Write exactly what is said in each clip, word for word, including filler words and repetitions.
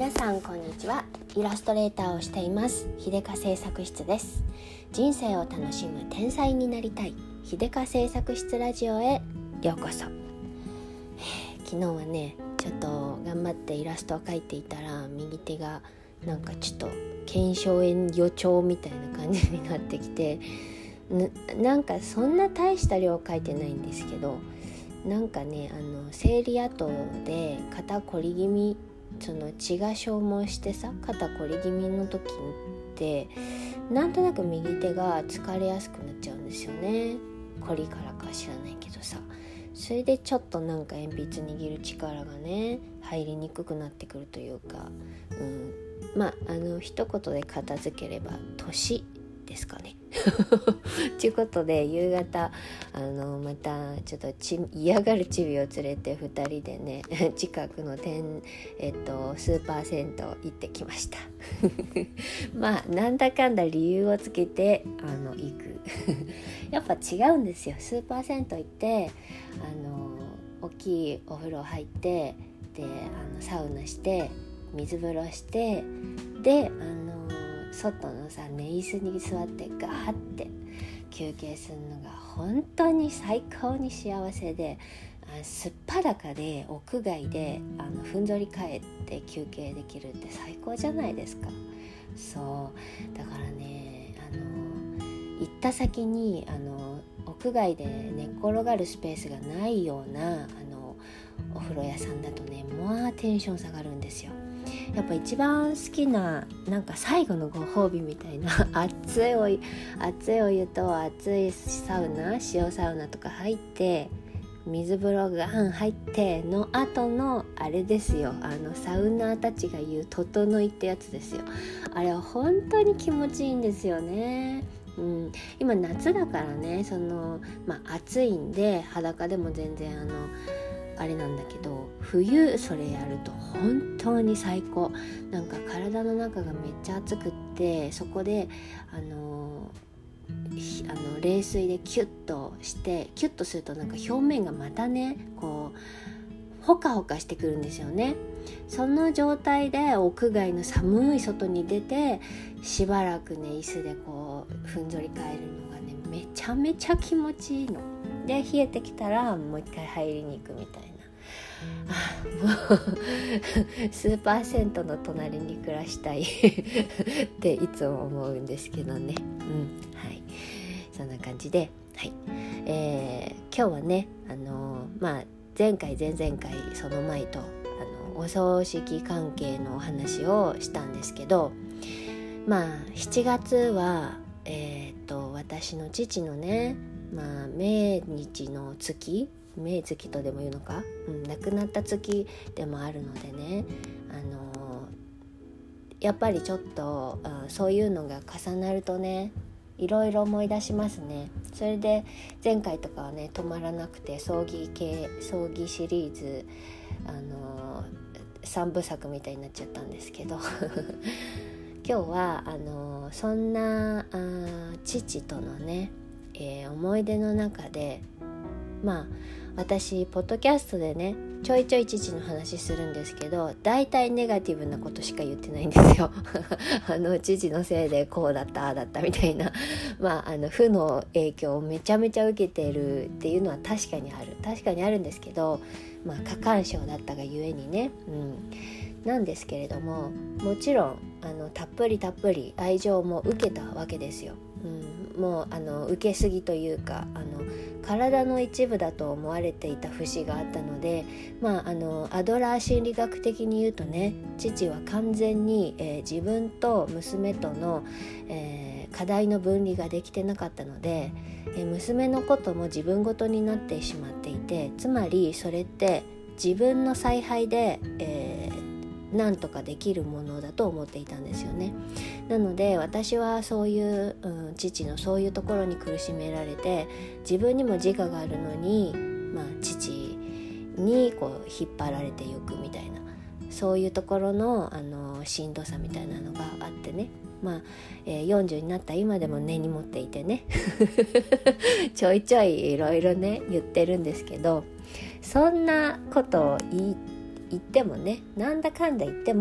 皆さんこんにちは。イラストレーターをしています秀香製作室です。人生を楽しむ天才になりたい秀香製作室ラジオへようこそ。昨日はねちょっと頑張ってイラストを描いていたら右手がなんかちょっと腱鞘炎予兆みたいな感じになってきて な, なんかそんな大した量描いてないんですけど、なんかねあの生理後で肩こり気味、その血が消耗してさ肩こり気味の時ってなんとなく右手が疲れやすくなっちゃうんですよね。こりからか知らないけどさ、それでちょっとなんか鉛筆握る力がね入りにくくなってくるというか、うん、まああの一言で片付ければ年ですかねということで夕方あのまたちょっとち嫌がるチビを連れてふたりでね近くの店、えっと、スーパー銭湯行ってきましたまあなんだかんだ理由をつけてあの行くやっぱ違うんですよ。スーパー銭湯行ってあの大きいお風呂入ってであのサウナして水風呂してであの外のさ寝椅子に座ってガーって休憩するのが本当に最高に幸せで、あすっぱだかで屋外であのふんぞり返って休憩できるって最高じゃないですか。そうだからねあの行った先にあの屋外で寝っ転がるスペースがないようなあのお風呂屋さんだとねまあテンション下がるんですよ。やっぱ一番好きななんか最後のご褒美みたいな熱いお湯熱いお湯と熱いサウナ塩サウナとか入って水風呂が入っての後のあれですよ、あのサウナーたちが言う整いってやつですよ。あれは本当に気持ちいいんですよね。うん、今夏だからねその、まあ、暑いんで裸でも全然あのあれなんだけど、冬それやると本当に最高。なんか体の中がめっちゃ熱くってそこであのあの冷水でキュッとしてキュッとするとなんか表面がまたねこうほかほかしてくるんですよね。その状態で屋外の寒い外に出てしばらくね椅子でこうふんぞり返るのがねめちゃめちゃ気持ちいいので、冷えてきたらもう一回入りに行くみたいな。あもうスーパー銭湯の隣に暮らしたいっていつも思うんですけどね、うんはい、そんな感じで、はいえー、今日はねあのー、まあ前回前々回その前とあのお葬式関係のお話をしたんですけど、まあしちがつはえー、と私の父のねまあ命日の月命月とでも言うのか、うん、亡くなった月でもあるのでね、あのー、やっぱりちょっとあそういうのが重なるとねいろいろ思い出しますね。それで前回とかはね止まらなくて葬儀系葬儀シリーズ、あのー、さんぶさくみたいになっちゃったんですけど今日はあのー、そんなあ父とのね、えー、思い出の中でまあ私ポッドキャストでねちょいちょい父の話するんですけど大体ネガティブなことしか言ってないんですよあの父のせいでこうだったああだったみたいなまああの負の影響をめちゃめちゃ受けてるっていうのは確かにある確かにあるんですけど、まあ過干渉だったがゆえにね、うん、なんですけれどももちろんあのたっぷりたっぷり愛情も受けたわけですよ、うん、もうあの受けすぎというかあの体の一部だと思われていた節があったので、まあ、あのアドラー心理学的に言うとね父は完全に、えー、自分と娘との、えー、課題の分離ができてなかったので、えー、娘のことも自分ごとになってしまっていて、つまりそれって自分の采配で、えーなんとかできるものだと思っていたんですよね。なので私はそういう、うん、父のそういうところに苦しめられて自分にも自我があるのに、まあ、父にこう引っ張られていくみたいなそういうところの、あのしんどさみたいなのがあってね、まあえー、よんじゅうになった今でも根に持っていてねちょいちょいいろいろね言ってるんですけど、そんなことを言い言ってもねなんだかんだ言っても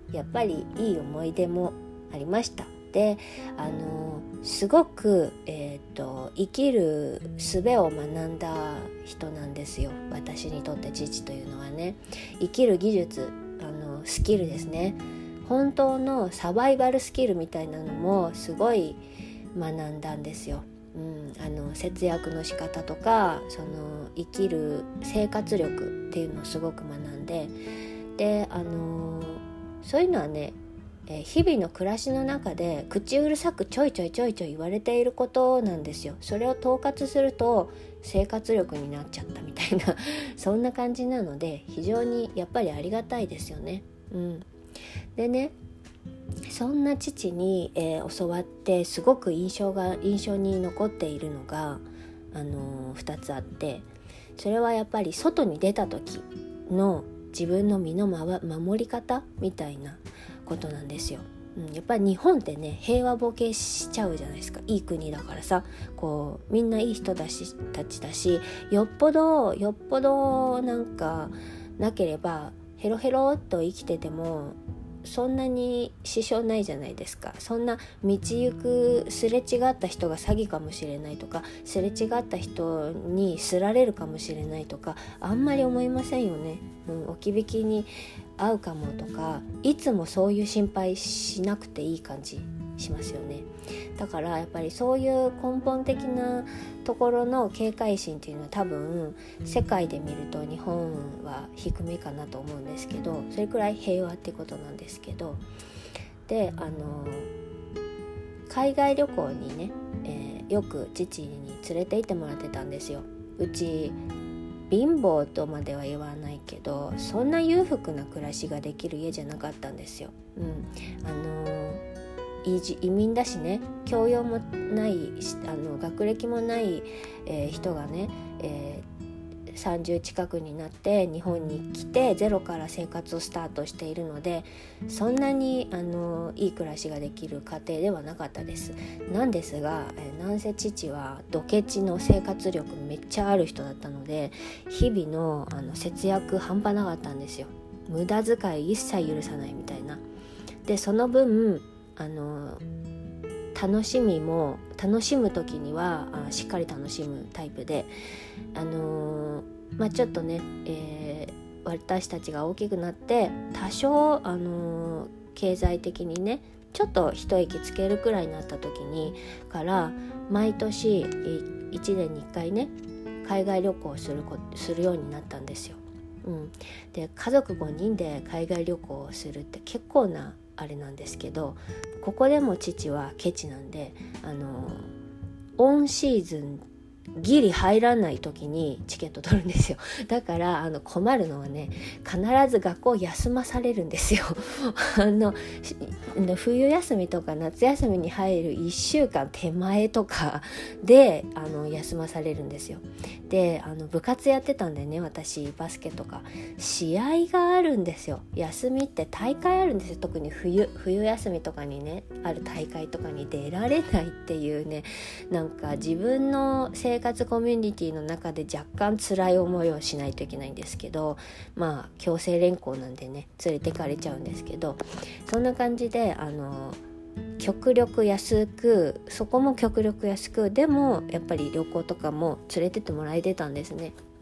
やっぱりいい思い出もありました。で、あのすごく、えーと、生きる術を学んだ人なんですよ。私にとって父というのはね、生きる技術、あのスキルですね。本当のサバイバルスキルみたいなのもすごい学んだんですよ。うん、あの節約の仕方とか、その生きる生活力っていうのをすごく学んで、で、あのそういうのはね、えー、日々の暮らしの中で口うるさくちょいちょいちょいちょい言われていることなんですよ。それを統括すると生活力になっちゃったみたいなそんな感じなので、非常にやっぱりありがたいですよね。うん、でね、そんな父に、えー、教わってすごく印象が印象に残っているのが、あのー、ふたつあって、それはやっぱり外に出た時の自分の身の守り方みたいなことなんですよ。うん、やっぱり日本ってね、平和ボケしちゃうじゃないですか。いい国だからさ、こうみんないい人だしたちだし、よっぽどよっぽどなんかなければヘロヘロっと生きててもそんなに支障ないじゃないですか。そんな道行くすれ違った人が詐欺かもしれないとか、すれ違った人にすられるかもしれないとか、あんまり思いませんよね。うん、置き引きに合うかもとか、いつもそういう心配しなくていい感じしますよね。だからやっぱりそういう根本的なところの警戒心っていうのは多分世界で見ると日本は低めかなと思うんですけど、それくらい平和ってことなんですけど、で、あの海外旅行にね、えー、よく父に連れて行ってもらってたんですよ。うち貧乏とまでは言わないけど、そんな裕福な暮らしができる家じゃなかったんですよ。うん、あの移民だしね、教養もない、あの学歴もない、えー、人がね、えー、さんじゅう近くになって日本に来てゼロから生活をスタートしているので、そんなにあのいい暮らしができる家庭ではなかったです。なんですが、えー、なんせ父はドケチの生活力めっちゃある人だったので、日々の、あの節約半端なかったんですよ。無駄遣い一切許さないみたいな。で、その分あの楽しみも楽しむ時にはあしっかり楽しむタイプで、あのーまあ、ちょっとね、えー、私たちが大きくなって多少、あのー、経済的にねちょっと一息つけるくらいになった時にから毎年いちねんにいっかいね海外旅行をするこするようになったんですよ。うん、で家族ごにんで海外旅行をするって結構なあれなんですけど、ここでも父はケチなんで、あのオンシーズンギリ入らない時にチケット取るんですよ。だからあの困るのはね、必ず学校休まされるんですよ。あの冬休みとか夏休みに入るいっしゅうかん手前とかであの休まされるんですよ。で、あの部活やってたんでね、私バスケとか試合があるんですよ。休みって大会あるんですよ。特に冬冬休みとかにねある大会とかに出られないっていうね、なんか自分の生活コミュニティの中で若干辛い思いをしないといけないんですけど、まあ強制連行なんでね連れてかれちゃうんですけど、そんな感じであの極力安く、そこも極力安く、でもやっぱり旅行とかも連れてってもらえてたんですね。うん、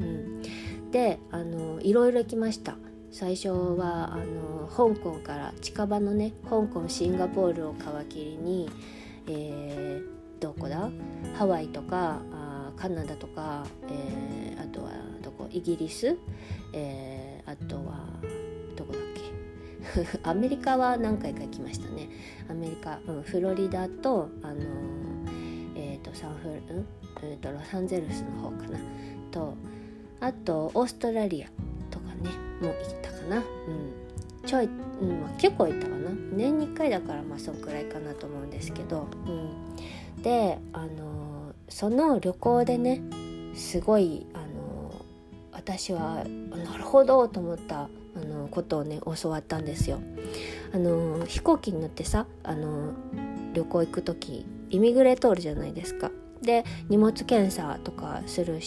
であのいろいろ行きました。最初はあの香港から近場のね香港シンガポールを皮切りに、えー、どこだハワイとかあカナダとか、えー、あとはどこイギリス、えー、あとはどこだっけアメリカは何回か行きましたね。アメリカ、うん、フロリダとあの、えー、とサンフル、うんえー、とロサンゼルスの方かなと、あとオーストラリアとかねもう行ったかな、うん、ちょい、うんまあ、結構行ったかな。年にいっかいだからまあそんくらいかなと思うんですけど、うん、であのその旅行でねすごいあの私はなるほどと思ったあのことをね教わったんですよ。あの飛行機に乗ってさあの旅行行くときイミグレ通るじゃないですか。で荷物検査とかスルーして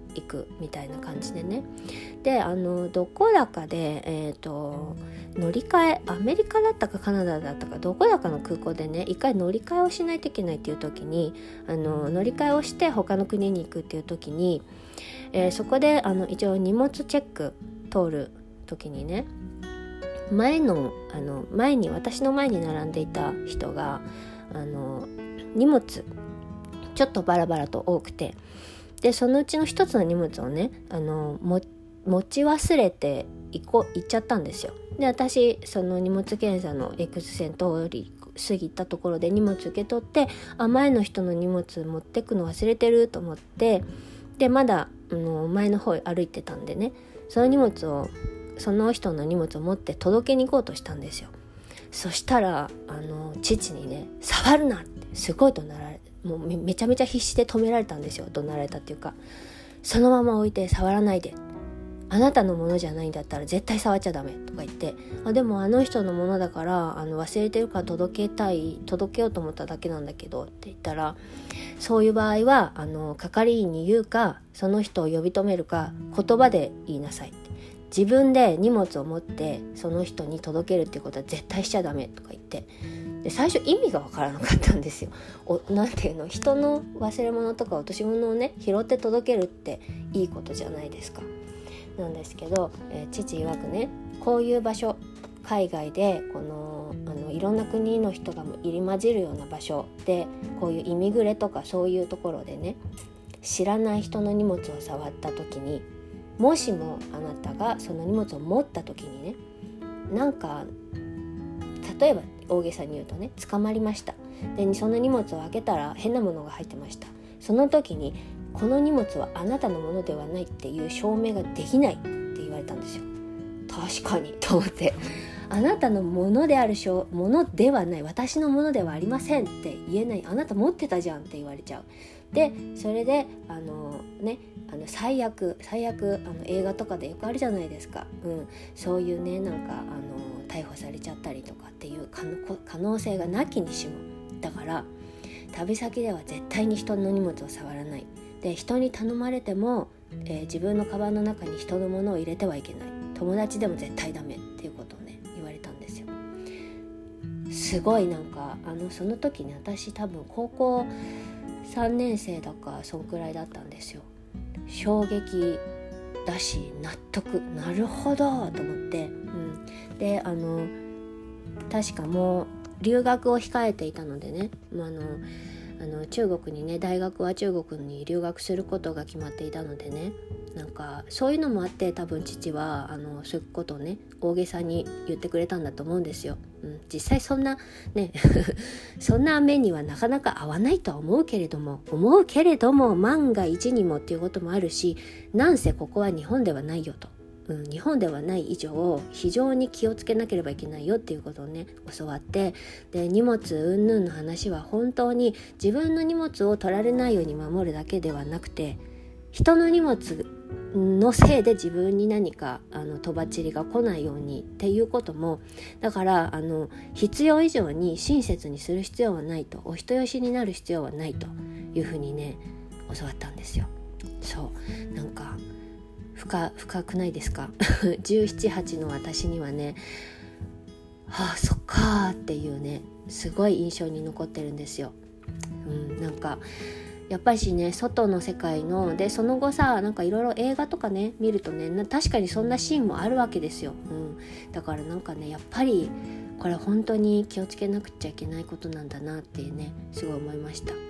行くみたいな感じでね。であのどこだかで、えーと、乗り換えアメリカだったかカナダだったかどこだかの空港でね一回乗り換えをしないといけないっていう時にあの乗り換えをして他の国に行くっていう時に、えー、そこであの一応荷物チェック通る時にね前のあの前に私の前に並んでいた人があの荷物ちょっとバラバラと多くて、でそのうちの一つの荷物をねあのも持ち忘れて行こ行っちゃったんですよ。で私その荷物検査の X 線通り過ぎたところで荷物受け取って、あ前の人の荷物持ってくの忘れてると思って、でまだあの前の方歩いてたんでね、その荷物をその人の荷物を持って届けに行こうとしたんですよ。そしたらあの父にね触るなってすごい怒鳴られ、もう め, めちゃめちゃ必死で止められたんですよ。怒鳴られたっていうか、そのまま置いて触らないで、あなたのものじゃないんだったら絶対触っちゃダメとか言って、あでもあの人のものだからあの忘れてるから届けたい届けようと思っただけなんだけどって言ったら、そういう場合はあの係員に言うかその人を呼び止めるか言葉で言いなさいって、自分で荷物を持ってその人に届けるっていうことは絶対しちゃダメとか言って、で最初意味が分からなかったんですよ。おなんていうの、人の忘れ物とか落とし物をね拾って届けるっていいことじゃないですか。なんですけど、えー、父曰くね、こういう場所海外でこのあのいろんな国の人が入り混じるような場所で、こういうイミグレとかそういうところでね知らない人の荷物を触った時に、もしもあなたがその荷物を持った時にね、なんか例えば大げさに言うとね捕まりました。でその荷物を開けたら変なものが入ってました。その時にこの荷物はあなたのものではないっていう証明ができないって言われたんですよ。確かにと思って、あなたのものである証ものではない、私のものではありませんって言えない、あなた持ってたじゃんって言われちゃう。でそれであのねあの最悪最悪あの映画とかでよくあるじゃないですか、うん、そういうねなんかあの逮捕されちゃったりとかっていう可能性がなきにしも、だから旅先では絶対に人の荷物を触らない。で人に頼まれても、えー、自分のカバンの中に人のものを入れてはいけない、友達でも絶対ダメっていうことをね言われたんですよ。すごいなんかあのその時に私多分高校さんねん生だかそんくらいだったんですよ。衝撃だし納得、なるほどと思って、うん、であの確かもう留学を控えていたのでね、まあ、あのあの中国にね大学は中国に留学することが決まっていたのでね、なんかそういうのもあって多分父はあのそういうことをね大げさに言ってくれたんだと思うんですよ、うん、実際そんなねそんな目にはなかなか合わないとは思うけれども思うけれども万が一にもっていうこともあるし、なんせここは日本ではないよと、うん、日本ではない以上非常に気をつけなければいけないよっていうことをね教わって、で荷物云々の話は本当に自分の荷物を取られないように守るだけではなくて、人の荷物のせいで自分に何かあのとばっちりが来ないようにっていうことも、だからあの必要以上に親切にする必要はないと、お人よしになる必要はないというふうにね教わったんですよ。そうなんか深, 深くないですかじゅうなな、はちの私にはね、はあそっかーっていうねすごい印象に残ってるんですよ、うん、なんかやっぱりしね外の世界のでその後さなんかいろいろ映画とかね見るとね確かにそんなシーンもあるわけですよ、うん、だからなんかねやっぱりこれ本当に気をつけなくちゃいけないことなんだなってねすごい思いました、うん、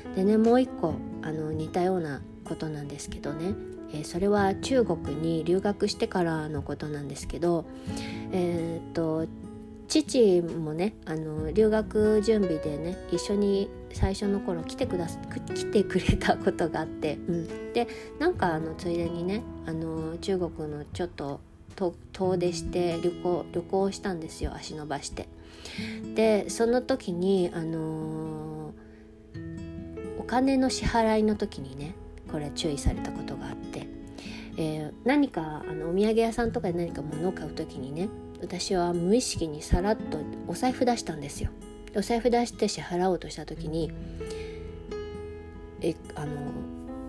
でねもう一個あの似たようなことなんですけどね、えー、それは中国に留学してからのことなんですけど、えー、っと父もねあの留学準備でね一緒に最初の頃来てくだす来てくれたことがあって、うん、でなんかあのついでにねあの中国のちょっと遠出して旅行旅行したんですよ、足伸ばして。でその時にあのお金の支払いの時にねこれ注意されたことがあって、えー、何かあのお土産屋さんとかで何か物を買う時にね私は無意識にさらっとお財布出したんですよ。お財布出して支払おうとした時にえあの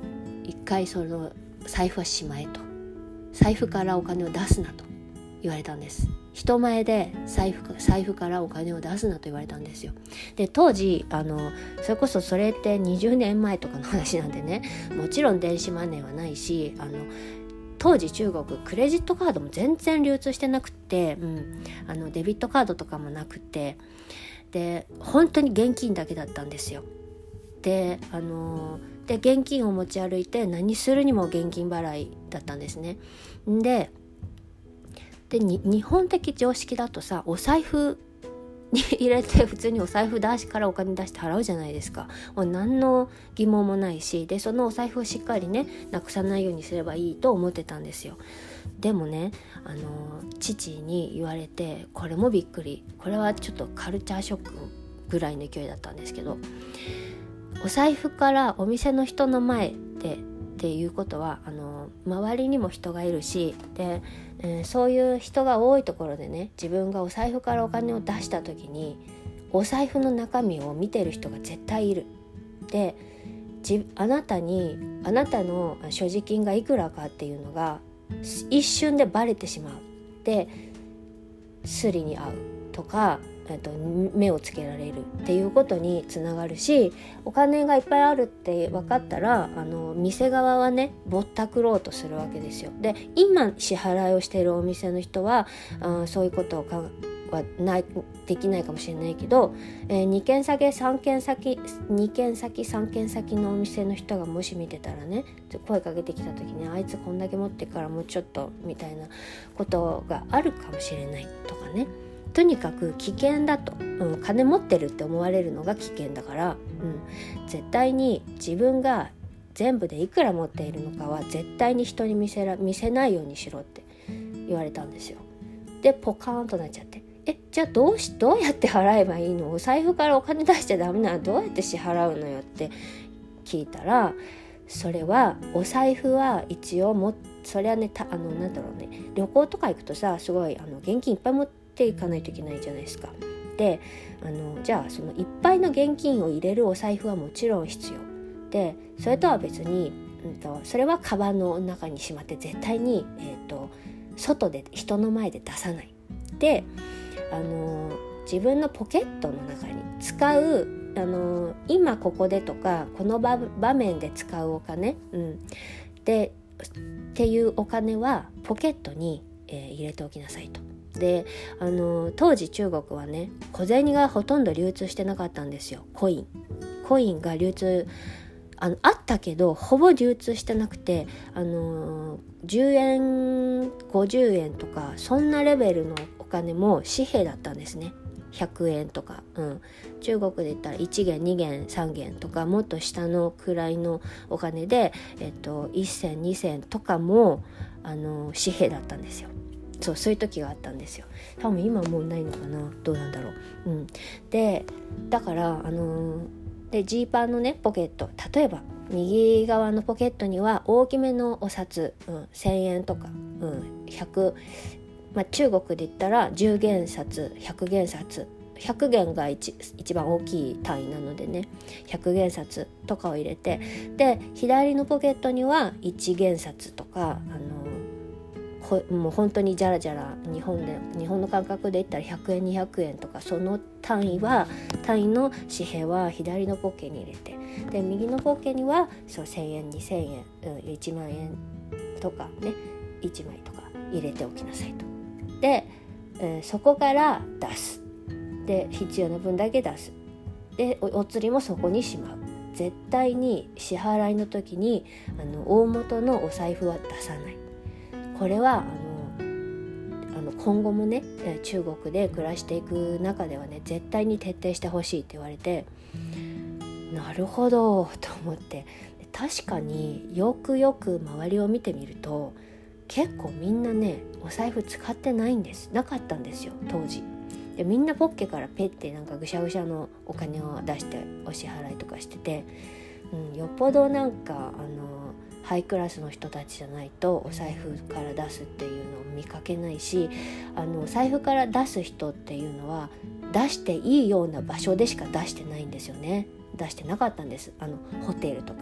一回その財布はしまえと、財布からお金を出すなと言われたんです。人前で財布、財布からお金を出すなと言われたんですよ。で当時あのそれこそそれってにじゅうねんまえとかの話なんでね、もちろん電子マネーはないし、あの当時中国クレジットカードも全然流通してなくて、うん、あのデビットカードとかもなくて、で本当に現金だけだったんですよ。であので現金を持ち歩いて何するにも現金払いだったんですね。ででに日本的常識だとさ、お財布に入れて普通にお財布出しからお金出して払うじゃないですか。もう何の疑問もないし、でそのお財布をしっかりねなくさないようにすればいいと思ってたんですよ。でもねあの父に言われて、これもびっくり、これはちょっとカルチャーショックぐらいの勢いだったんですけど、お財布からお店の人の前でっていうことはあの周りにも人がいるし、で、えー、そういう人が多いところでね、自分がお財布からお金を出した時にお財布の中身を見てる人が絶対いる。でじあなたにあなたの所持金がいくらかっていうのが一瞬でバレてしまう。でスリに遭うとか、えっと、目をつけられるっていうことにつながるし、お金がいっぱいあるって分かったらあの店側はねぼったくろうとするわけですよ。で今支払いをしているお店の人はあそういうことをかはないできないかもしれないけど、えー、にけん先さんけん先にけん先さんけん先のお店の人がもし見てたらね、声かけてきた時にあいつこんだけ持ってからもうちょっとみたいなことがあるかもしれないとかね。とにかく危険だと、うん、金持ってるって思われるのが危険だから、うん、絶対に自分が全部でいくら持っているのかは絶対に人に見せら、見せないようにしろって言われたんですよ。でポカーンとなっちゃって、えじゃあどうしどうやって払えばいいの、お財布からお金出しちゃダメならどうやって支払うのよって聞いたら、それはお財布は一応もそれはねたあのなんだろうね、旅行とか行くとさすごいあの現金いっぱい持っていかないといけないじゃないですか。であのじゃあそのいっぱいの現金を入れるお財布はもちろん必要で、それとは別に、うん、とそれはカバンの中にしまって絶対に、えーと、外で人の前で出さない。であの自分のポケットの中に使うあの今ここでとかこの 場, 場面で使うお金、うん、でっていうお金はポケットに、えー、入れておきなさいと。であの当時中国はね小銭がほとんど流通してなかったんですよ。コインコインが流通 あ, のあったけどほぼ流通してなくて、あのじゅうえんごじゅうえんとかそんなレベルのお金も紙幣だったんですね。ひゃくえんとか、うん、中国で言ったらいちげんにげんさんげんとかもっと下のくらいのお金で、えっと、いっせんにせんとかもあの紙幣だったんですよ。そうそういう時があったんですよ。多分今もうないのかな、どうなんだろう、うん、でだからあのでジーパンのねポケット、例えば右側のポケットには大きめのお札、うん、せんえんとか、うん、ひゃく、まあ、中国で言ったらじゅうげん札ひゃくげん札ひゃくげんが 一, 一番大きい単位なのでね、ひゃくげん札とかを入れて、で左のポケットにはいちげん札とか、あのもう本当にジャラジャラ日本で日本の感覚で言ったらひゃくえんにひゃくえんとかその単位は単位の紙幣は左のポッケに入れて、で右のポッケにはそうせんえんにせんえん、うん、いちまんえんとかねいちまいとか入れておきなさいと。で、えー、そこから出す。で必要な分だけ出す。で お, お釣りもそこにしまう。絶対に支払いの時にあの大元のお財布は出さない。これはあのあの今後もね中国で暮らしていく中ではね絶対に徹底してほしいって言われて、なるほどと思って、確かによくよく周りを見てみると結構みんなねお財布使ってないんです。なかったんですよ当時。でみんなポッケからペッてなんかぐしゃぐしゃのお金を出してお支払いとかしてて、うん、よっぽどなんかあのハイクラスの人たちじゃないとお財布から出すっていうのを見かけないし、あの財布から出す人っていうのは出していいような場所でしか出してないんですよね。出してなかったんです。あのホテルとか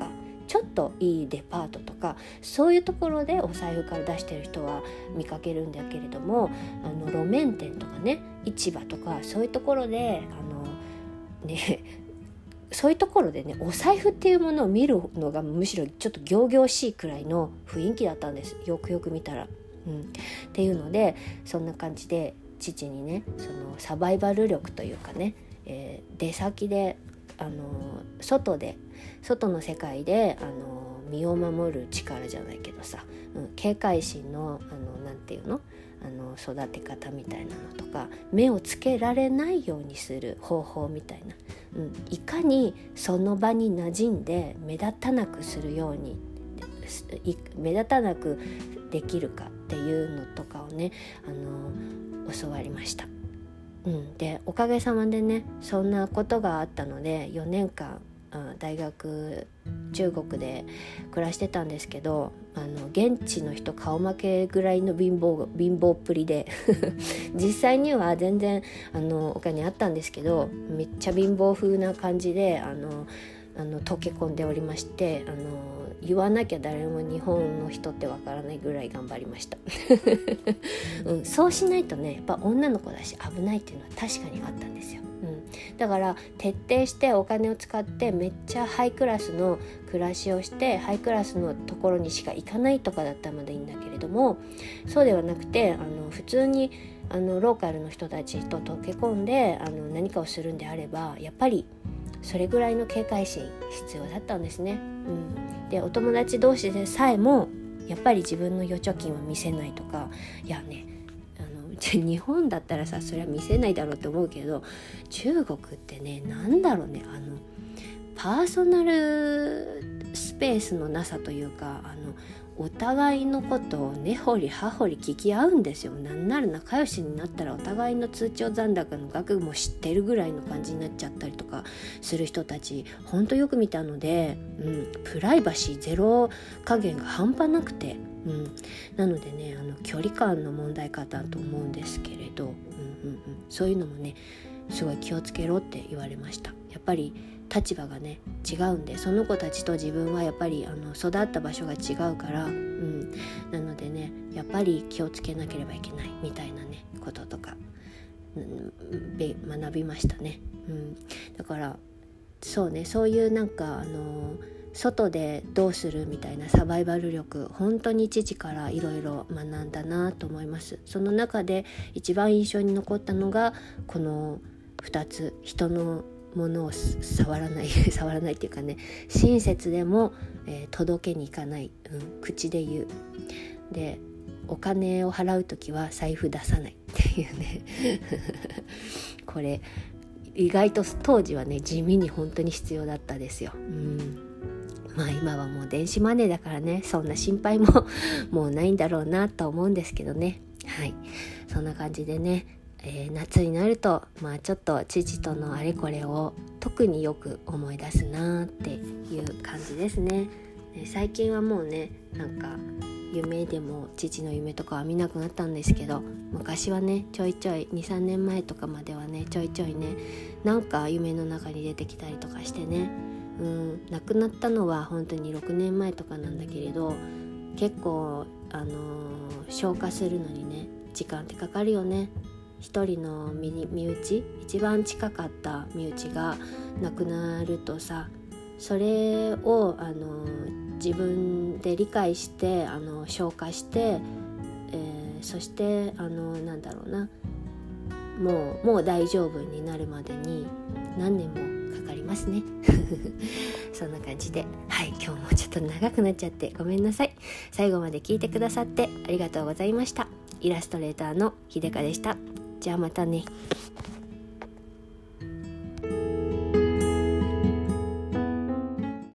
ちょっといいデパートとかそういうところでお財布から出してる人は見かけるんだけれども、あの路面店とかね、市場とかそういうところであのねそういうところでねお財布っていうものを見るのがむしろちょっと仰々しいくらいの雰囲気だったんです。よくよく見たら、うん、っていうので、そんな感じで父にねそのサバイバル力というかね、えー、出先であの外で外の世界であの身を守る力じゃないけどさ、うん、警戒心のあのなんていうのあの育て方みたいなのとか、目をつけられないようにする方法みたいな、うん、いかにその場に馴染んで目立たなくするように目立たなくできるかっていうのとかをねあの教わりました。うん、でおかげさまでねそんなことがあったのでよねんかん大学中国で暮らしてたんですけど、あの現地の人顔負けぐらいの貧乏貧乏っぷりで実際には全然あのお金あったんですけど、めっちゃ貧乏風な感じであのあの溶け込んでおりまして、あの言わなきゃ誰も日本の人ってわからないぐらい頑張りました、うん、そうしないとねやっぱ女の子だし危ないっていうのは確かにあったんですよ、うん、だから徹底してお金を使ってめっちゃハイクラスの暮らしをしてハイクラスのところにしか行かないとかだったらまだいいんだけれども、そうではなくてあの普通にあのローカルの人たちと溶け込んであの何かをするんであればやっぱりそれぐらいの警戒心必要だったんですね、うん、でお友達同士でさえもやっぱり自分の預貯金は見せないとか、いやねあの日本だったらさそれは見せないだろうと思うけど、中国ってねなんだろうねあのパーソナルスペースのなさというか、あのお互いのことを根掘り葉掘り聞き合うんですよ。なんなら仲良しになったらお互いの通帳残高の額も知ってるぐらいの感じになっちゃったりとかする人たちほんとよく見たので、うん、プライバシーゼロ加減が半端なくて、うん、なのでねあの距離感の問題かだと思うんですけれど、うんうんうん、そういうのもねすごい気をつけろって言われました。やっぱり立場がね違うんで、その子たちと自分はやっぱりあの育った場所が違うから、うん、なのでねやっぱり気をつけなければいけないみたいなねこととか、うん、学びましたね、うん、だからそうねそういうなんかあの外でどうするみたいなサバイバル力本当に父からいろいろ学んだなと思います。その中で一番印象に残ったのがこのふたつ、人のものを触らない触らないっていうかね親切でも、えー、届けに行かない、うん、口で言うでお金を払うときは財布出さないっていうねこれ意外と当時はね地味に本当に必要だったですよ、うん、まあ今はもう電子マネーだからねそんな心配ももうないんだろうなと思うんですけどね。はい、そんな感じでねえー、夏になると、まあ、ちょっと父とのあれこれを特によく思い出すなっていう感じですね。え最近はもうねなんか夢でも父の夢とかは見なくなったんですけど、昔はねちょいちょい にさんねんまえとかまではねちょいちょいねなんか夢の中に出てきたりとかしてね、うん、亡くなったのは本当にろくねんまえとかなんだけれど、結構あのー、消化するのにね時間ってかかるよね。一人の 身, 身内一番近かった身内が亡くなるとさ、それをあの自分で理解してあの消化して、えー、そしてあのなんだろうなもうもう大丈夫になるまでに何年もかかりますねそんな感じで、はい今日もちょっと長くなっちゃってごめんなさい。最後まで聞いてくださってありがとうございました。イラストレーターのひでかでした。じゃあまたね。